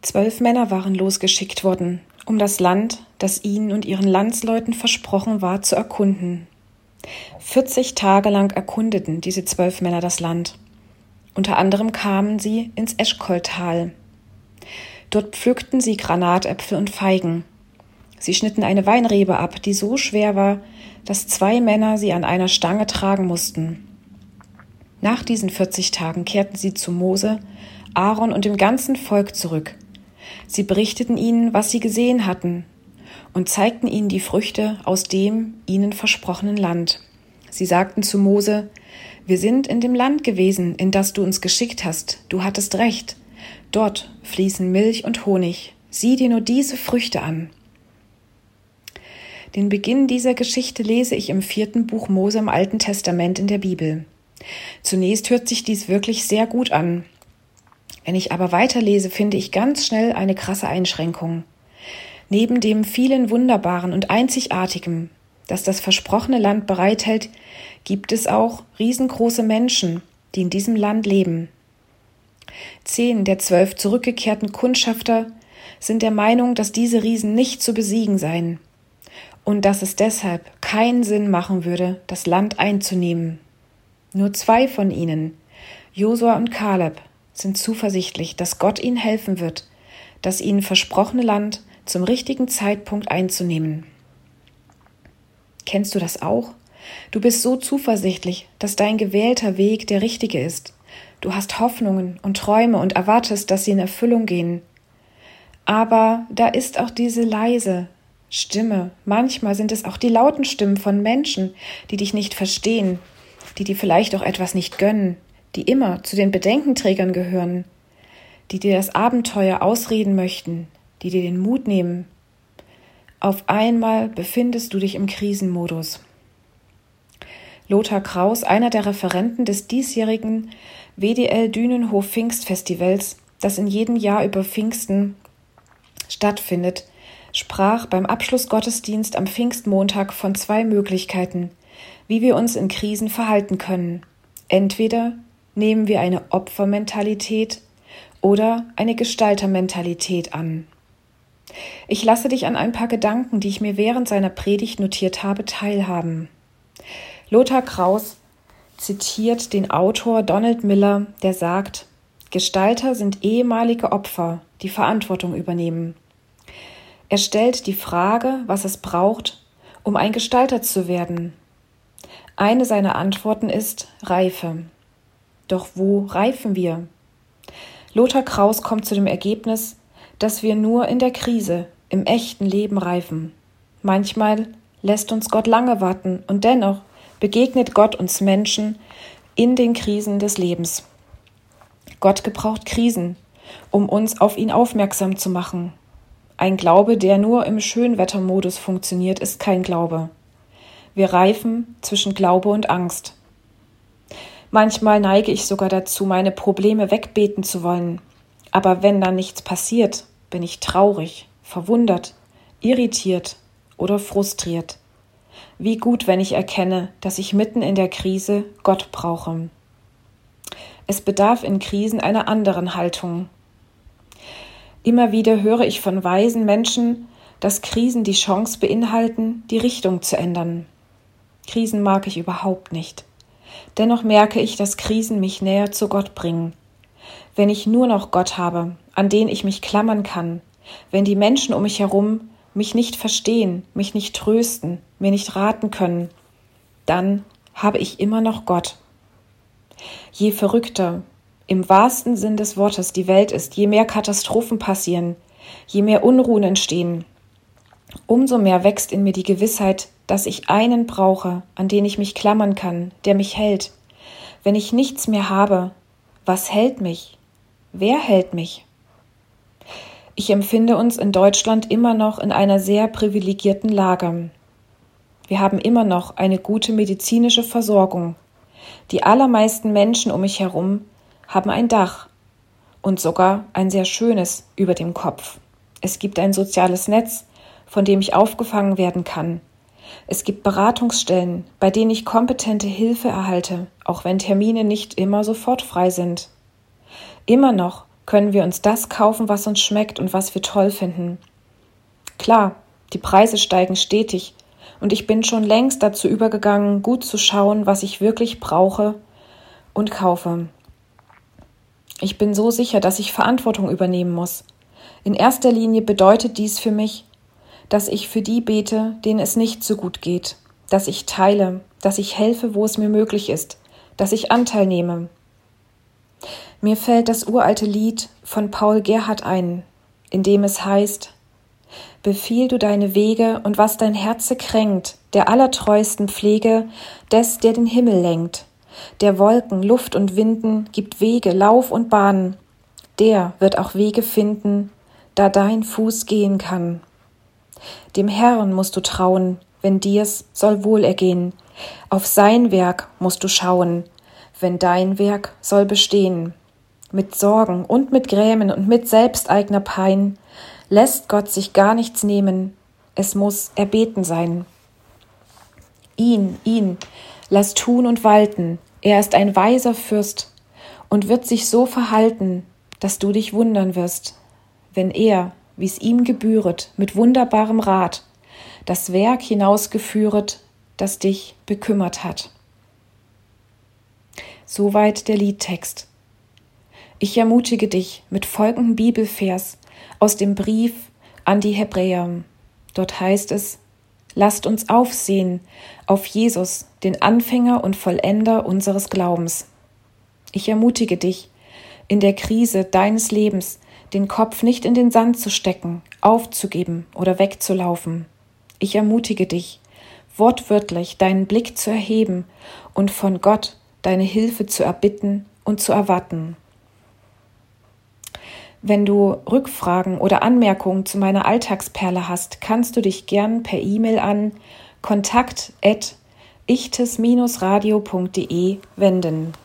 12 Männer waren losgeschickt worden, um das Land, das ihnen und ihren Landsleuten versprochen war, zu erkunden. 40 Tage lang erkundeten diese 12 Männer das Land. Unter anderem kamen sie ins Eschkoltal. Dort pflückten sie Granatäpfel und Feigen. Sie schnitten eine Weinrebe ab, die so schwer war, dass 2 Männer sie an einer Stange tragen mussten. Nach diesen 40 Tagen kehrten sie zu Mose, Aaron und dem ganzen Volk zurück. Sie berichteten ihnen, was sie gesehen hatten, und zeigten ihnen die Früchte aus dem ihnen versprochenen Land. Sie sagten zu Mose: Wir sind in dem Land gewesen, in das du uns geschickt hast. Du hattest recht. Dort fließen Milch und Honig. Sieh dir nur diese Früchte an. Den Beginn dieser Geschichte lese ich im 4. Buch Mose im Alten Testament in der Bibel. Zunächst hört sich dies wirklich sehr gut an. Wenn ich aber weiterlese, finde ich ganz schnell eine krasse Einschränkung. Neben dem vielen Wunderbaren und Einzigartigen, das das versprochene Land bereithält, gibt es auch riesengroße Menschen, die in diesem Land leben. 10 der 12 zurückgekehrten Kundschafter sind der Meinung, dass diese Riesen nicht zu besiegen seien und dass es deshalb keinen Sinn machen würde, das Land einzunehmen. Nur 2 von ihnen, Josua und Kaleb, sind zuversichtlich, dass Gott ihnen helfen wird, das ihnen versprochene Land zum richtigen Zeitpunkt einzunehmen. Kennst du das auch? Du bist so zuversichtlich, dass dein gewählter Weg der richtige ist. Du hast Hoffnungen und Träume und erwartest, dass sie in Erfüllung gehen. Aber da ist auch diese leise Stimme. Manchmal sind es auch die lauten Stimmen von Menschen, die dich nicht verstehen, die dir vielleicht auch etwas nicht gönnen, die immer zu den Bedenkenträgern gehören, die dir das Abenteuer ausreden möchten, die dir den Mut nehmen. Auf einmal befindest du dich im Krisenmodus. Lothar Kraus, einer der Referenten des diesjährigen WDL Dünenhof Pfingstfestivals, das in jedem Jahr über Pfingsten stattfindet, sprach beim Abschlussgottesdienst am Pfingstmontag von 2 Möglichkeiten, wie wir uns in Krisen verhalten können. Entweder nehmen wir eine Opfermentalität oder eine Gestaltermentalität an. Ich lasse dich an ein paar Gedanken, die ich mir während seiner Predigt notiert habe, teilhaben. Lothar Kraus zitiert den Autor Donald Miller, der sagt: Gestalter sind ehemalige Opfer, die Verantwortung übernehmen. Er stellt die Frage, was es braucht, um ein Gestalter zu werden. Eine seiner Antworten ist Reife. Doch wo reifen wir? Lothar Kraus kommt zu dem Ergebnis, dass wir nur in der Krise, im echten Leben reifen. Manchmal lässt uns Gott lange warten und dennoch begegnet Gott uns Menschen in den Krisen des Lebens. Gott gebraucht Krisen, um uns auf ihn aufmerksam zu machen. Ein Glaube, der nur im Schönwettermodus funktioniert, ist kein Glaube. Wir reifen zwischen Glaube und Angst. Manchmal neige ich sogar dazu, meine Probleme wegbeten zu wollen. Aber wenn dann nichts passiert, bin ich traurig, verwundert, irritiert oder frustriert. Wie gut, wenn ich erkenne, dass ich mitten in der Krise Gott brauche. Es bedarf in Krisen einer anderen Haltung. Immer wieder höre ich von weisen Menschen, dass Krisen die Chance beinhalten, die Richtung zu ändern. Krisen mag ich überhaupt nicht. Dennoch merke ich, dass Krisen mich näher zu Gott bringen. Wenn ich nur noch Gott habe, an den ich mich klammern kann, wenn die Menschen um mich herum mich nicht verstehen, mich nicht trösten, mir nicht raten können, dann habe ich immer noch Gott. Je verrückter, im wahrsten Sinn des Wortes, die Welt ist, je mehr Katastrophen passieren, je mehr Unruhen entstehen, umso mehr wächst in mir die Gewissheit, dass ich einen brauche, an den ich mich klammern kann, der mich hält. Wenn ich nichts mehr habe, was hält mich? Wer hält mich? Ich empfinde uns in Deutschland immer noch in einer sehr privilegierten Lage. Wir haben immer noch eine gute medizinische Versorgung. Die allermeisten Menschen um mich herum haben ein Dach und sogar ein sehr schönes über dem Kopf. Es gibt ein soziales Netz, von dem ich aufgefangen werden kann. Es gibt Beratungsstellen, bei denen ich kompetente Hilfe erhalte, auch wenn Termine nicht immer sofort frei sind. Immer noch können wir uns das kaufen, was uns schmeckt und was wir toll finden. Klar, die Preise steigen stetig und ich bin schon längst dazu übergegangen, gut zu schauen, was ich wirklich brauche und kaufe. Ich bin so sicher, dass ich Verantwortung übernehmen muss. In erster Linie bedeutet dies für mich, dass ich für die bete, denen es nicht so gut geht, dass ich teile, dass ich helfe, wo es mir möglich ist, dass ich Anteil nehme. Mir fällt das uralte Lied von Paul Gerhardt ein, in dem es heißt: Befiehl du deine Wege und was dein Herze kränkt, der allertreuesten Pflege, des, der den Himmel lenkt, der Wolken, Luft und Winden gibt Wege, Lauf und Bahn, der wird auch Wege finden, da dein Fuß gehen kann. Dem Herrn musst du trauen, wenn dir's soll wohlergehen, auf sein Werk musst du schauen, wenn dein Werk soll bestehen. Mit Sorgen und mit Grämen und mit selbsteigner Pein lässt Gott sich gar nichts nehmen, es muss erbeten sein. Ihn, lass tun und walten, er ist ein weiser Fürst und wird sich so verhalten, dass du dich wundern wirst, wenn er, wie's ihm gebühret, mit wunderbarem Rat, das Werk hinausgeführet, das dich bekümmert hat. Soweit der Liedtext. Ich ermutige dich mit folgendem Bibelvers aus dem Brief an die Hebräer. Dort heißt es: Lasst uns aufsehen auf Jesus, den Anfänger und Vollender unseres Glaubens. Ich ermutige dich, in der Krise deines Lebens den Kopf nicht in den Sand zu stecken, aufzugeben oder wegzulaufen. Ich ermutige dich, wortwörtlich deinen Blick zu erheben und von Gott deine Hilfe zu erbitten und zu erwarten. Wenn du Rückfragen oder Anmerkungen zu meiner Alltagsperle hast, kannst du dich gern per E-Mail an kontakt@ichtes-radio.de wenden.